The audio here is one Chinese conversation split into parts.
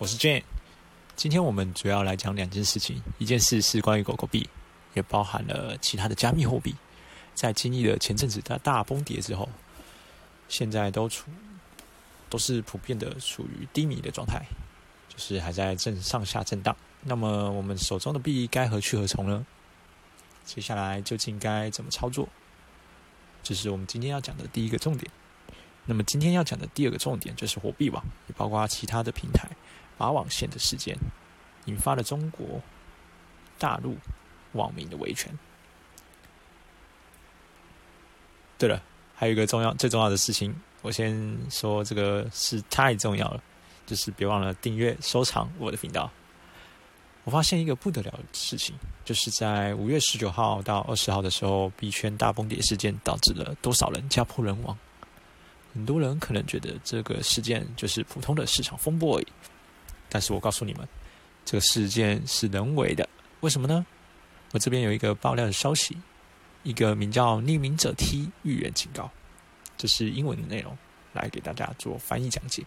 我是 Jane。今天我们主要来讲两件事情，一件事是关于狗狗币，也包含了其他的加密货币。在经历了前阵子的大崩跌之后，现在都是普遍的处于低迷的状态，就是还在上下震荡。那么我们手中的币该何去何从呢？接下来究竟该怎么操作？这是我们今天要讲的第一个重点。那么今天要讲的第二个重点就是火币网，也包括其他的平台拔网线的事件，引发了中国大陆网民的维权。对了，还有一个最重要的事情，我先说这个是太重要了，就是别忘了订阅收藏我的频道。我发现一个不得了的事情，就是在5月19号到20号的时候，币圈大崩跌事件导致了多少人家破人亡。很多人可能觉得这个事件就是普通的市场风波而已，但是我告诉你们，这个事件是人为的。为什么呢？我这边有一个爆料的消息，一个名叫匿名者 T 预言警告，这是英文的内容，来给大家做翻译讲解。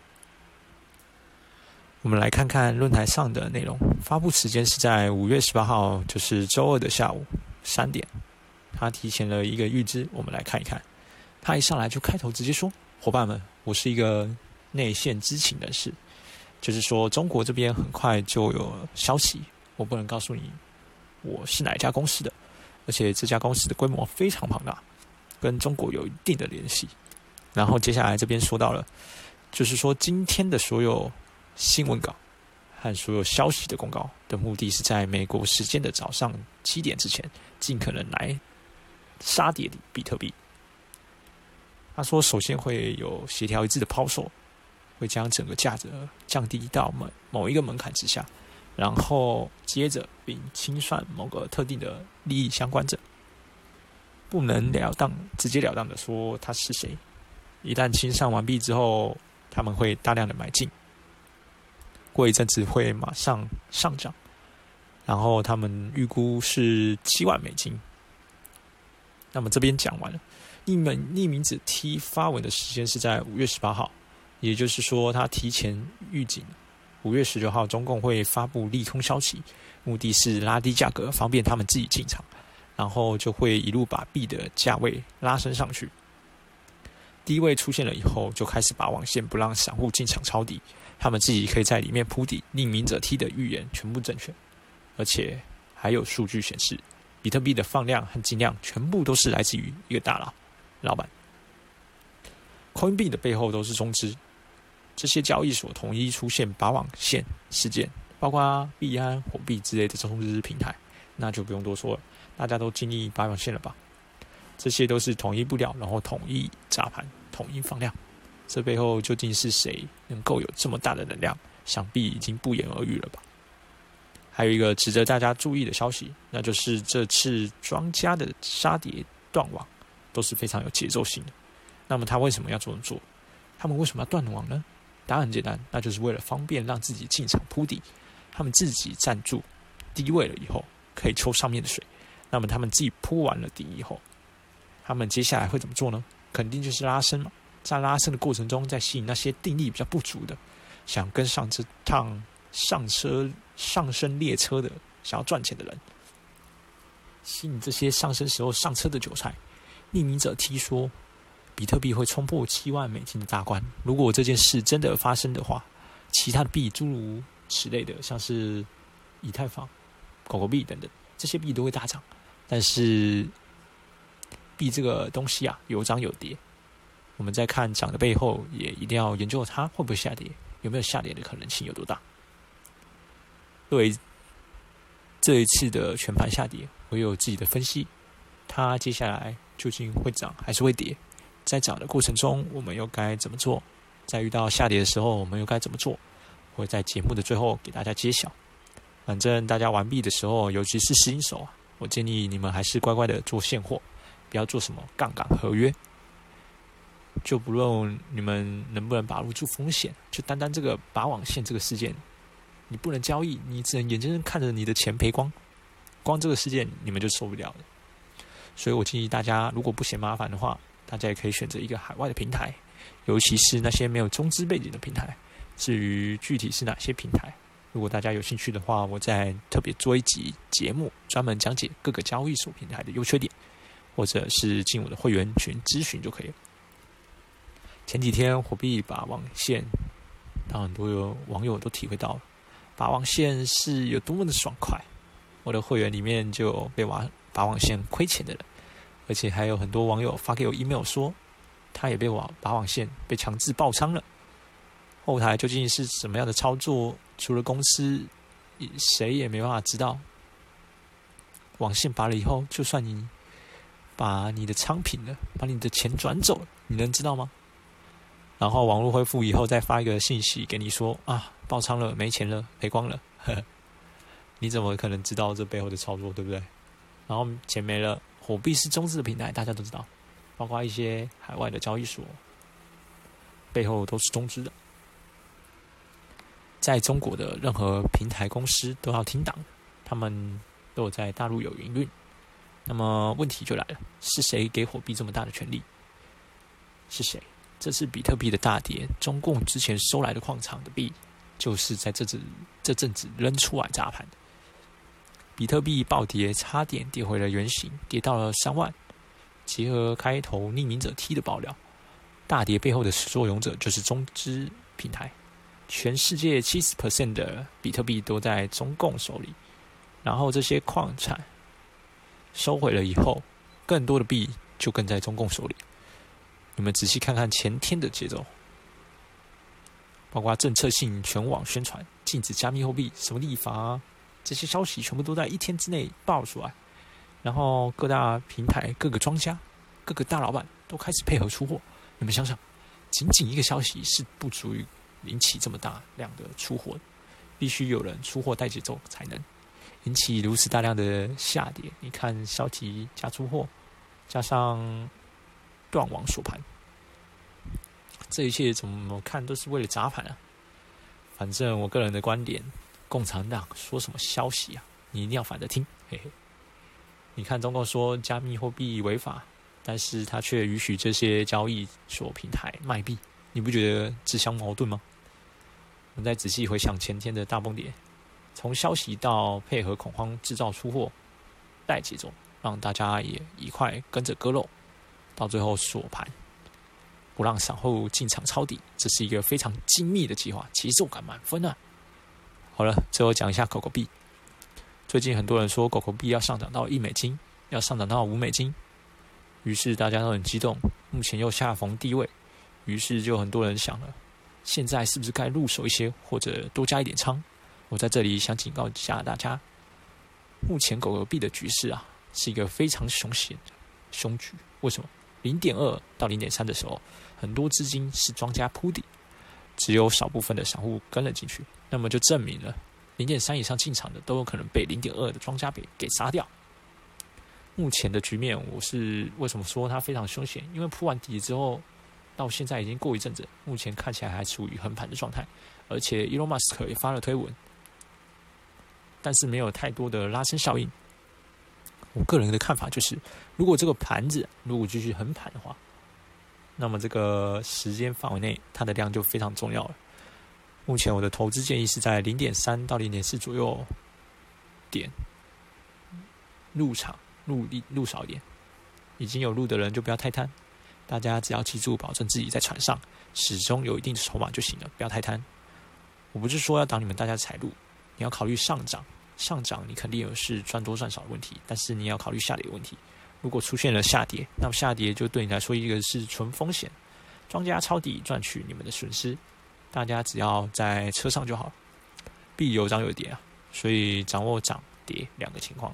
我们来看看论坛上的内容，发布时间是在5月18号，就是周二的下午3点。他提前了一个预知，我们来看一看。他一上来就开头直接说：“伙伴们，我是一个内线知情人士，就是说中国这边很快就有消息，我不能告诉你我是哪一家公司的，而且这家公司的规模非常庞大，跟中国有一定的联系。”然后接下来这边说到了，就是说今天的所有新闻稿和所有消息的公告的目的是在美国时间的早上7点之前，尽可能来杀跌比特币。他说，首先会有协调一致的抛售，会将整个价格降低到某一个门槛之下，然后接着并清算某个特定的利益相关者，不能直截了当的说他是谁。一旦清算完毕之后，他们会大量的买进，过一阵子会马上上涨，然后他们预估是7万美金。那么这边讲完了。匿名者 T 发文的时间是在5月18号，也就是说他提前预警5月19号中共会发布利空消息，目的是拉低价格，方便他们自己进场，然后就会一路把币的价位拉升上去。低位出现了以后，就开始把网线不让散户进场抄底，他们自己可以在里面铺底。匿名者 T 的预言全部正确，而且还有数据显示，比特币的放量和进量全部都是来自于一个大老板。Coinbee 的背后都是中资，这些交易所统一出现拔网线事件，包括币安、火币之类的中资平台，那就不用多说了，大家都经历拔网线了吧？这些都是统一不了，然后统一炸盘、统一放量，这背后究竟是谁能够有这么大的能量？想必已经不言而喻了吧？还有一个值得大家注意的消息，那就是这次庄家的杀跌断网都是非常有节奏性的。那么他为什么要这么做？他们为什么要断网呢？答案很简单，那就是为了方便让自己进场铺底。他们自己站住低位了以后，可以抽上面的水。那么他们自己铺完了底以后，他们接下来会怎么做呢？肯定就是拉升嘛。在拉升的过程中，再吸引那些定力比较不足的，想跟上这趟上升列车的，想要赚钱的人，吸引这些上升时候上车的韭菜。匿名者 T 说，比特币会冲破7万美金的大关。如果这件事真的发生的话，其他的币诸如此类的，像是以太坊、狗狗币等等，这些币都会大涨。但是币这个东西啊，有涨有跌，我们在看涨的背后，也一定要研究它会不会下跌，有没有下跌的可能性有多大。对这一次的全盘下跌，我有自己的分析，它接下来究竟会涨还是会跌？在涨的过程中，我们又该怎么做？在遇到下跌的时候，我们又该怎么做？我会在节目的最后给大家揭晓。反正大家玩币的时候，尤其是新手啊，我建议你们还是乖乖的做现货，不要做什么杠杆合约。就不论你们能不能把握住风险，就单这个拔网线这个事件，你不能交易，你只能眼睁睁看着你的钱赔光，光这个事件你们就受不了了。所以我建议大家，如果不嫌麻烦的话，大家也可以选择一个海外的平台，尤其是那些没有中资背景的平台， 至于具体是哪些平台，如果大家有兴趣的话，我再特别做一集节目，专门讲解各个交易所平台的优缺点，或者是进我的会员群咨询就可以了。前几天火币拔网线，让很多网友都体会到了拔网线是有多么的爽快。我的会员里面就有被拔网线亏钱的人，而且还有很多网友发给我 email 说，他也被拔网线被强制爆仓了。后台究竟是什么样的操作，除了公司，谁也没办法知道。网线拔了以后，就算你把你的仓平了，把你的钱转走了，你能知道吗？然后网络恢复以后，再发一个信息给你说啊，爆仓了，没钱了，赔光了。你怎么可能知道这背后的操作，对不对？然后钱没了，火币是中资的平台，大家都知道，包括一些海外的交易所，背后都是中资的。在中国的任何平台公司都要听档，他们都有在大陆有营运。那么问题就来了，是谁给火币这么大的权利？是谁？这次比特币的大跌，中共之前收来的矿场的币，就是在这阵子扔出来砸盘的。比特币暴跌，差点跌回了原形，跌到了3万。结合开头匿名者 T 的爆料，大跌背后的始作俑者就是中资平台。全世界70% 的比特币都在中共手里，然后这些矿产收回了以后，更多的币就更在中共手里。你们仔细看看前天的节奏，包括政策性全网宣传禁止加密货币、什么立法啊，这些消息全部都在1天之内爆出来，然后各大平台、各个庄家、各个大老板都开始配合出货。你们想想，仅仅一个消息是不足以引起这么大量的出货，必须有人出货带节奏才能引起如此大量的下跌。你看消息加出货，加上断网锁盘，这一切怎么看都是为了砸盘啊！反正我个人的观点，共产党说什么消息啊，你一定要反着听。嘿嘿，你看中共说加密货币违法，但是他却允许这些交易所平台卖币，你不觉得自相矛盾吗？我们再仔细回想前天的大崩跌，从消息到配合恐慌制造出货带节奏，让大家也一块跟着割肉，到最后锁盘，不让散户进场抄底，这是一个非常精密的计划，节奏感满分啊！好了，最后讲一下狗狗币。最近很多人说狗狗币要上涨到$1，要上涨到$5，于是大家都很激动。目前又下逢低位，于是就很多人想了，现在是不是该入手一些，或者多加一点仓？我在这里想警告一下大家，目前狗狗币的局势啊，是一个非常凶险的凶局。为什么？0.2到0.3的时候，很多资金是庄家铺底，只有少部分的散户跟了进去，那么就证明了0.3以上进场的都有可能被0.2的庄家给杀掉。目前的局面，我是为什么说它非常凶险？因为铺完底之后，到现在已经过一阵子，目前看起来还处于横盘的状态，而且 Elon Musk 也发了推文，但是没有太多的拉升效应。我个人的看法就是，如果这个盘子如果继续横盘的话，那么这个时间范围内，它的量就非常重要了。目前我的投资建议是在0.3到0.4左右点入场，入少一点。已经有入的人就不要太贪，大家只要记住，保证自己在船上始终有一定的筹码就行了，不要太贪。我不是说要挡你们大家财路，你要考虑上涨你肯定有是赚多赚少的问题，但是你也要考虑下跌的问题。如果出现了下跌，那么下跌就对你来说一个是纯风险，庄家抄底赚取你们的损失，大家只要在车上就好了。币有涨有跌啊，所以掌握涨跌两个情况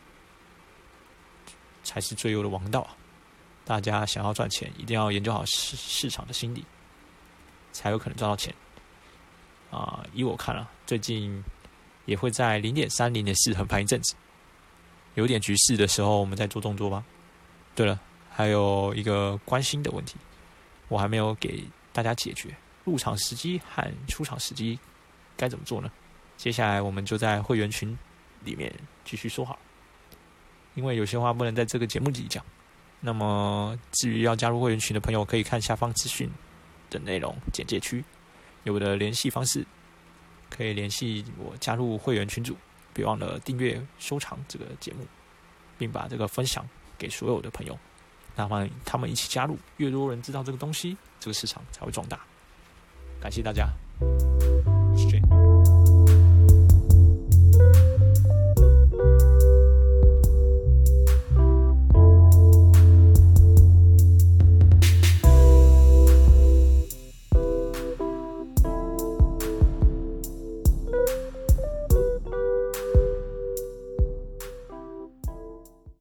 才是最优的王道啊！大家想要赚钱，一定要研究好市场的心理，才有可能赚到钱啊！以我看啊，最近也会在0.3、0.4横盘一阵子，有点局势的时候，我们再做动作吧。对了，还有一个关心的问题，我还没有给大家解决，入场时机和出场时机该怎么做呢？接下来我们就在会员群里面继续说好，因为有些话不能在这个节目里讲。那么至于要加入会员群的朋友，可以看下方资讯的内容简介区， 有我的联系方式，可以联系我加入会员群组。别忘了订阅、收藏这个节目，并把这个分享给所有的朋友，让他们一起加入，越多人知道这个东西，这个市场才会壮大。感谢大家。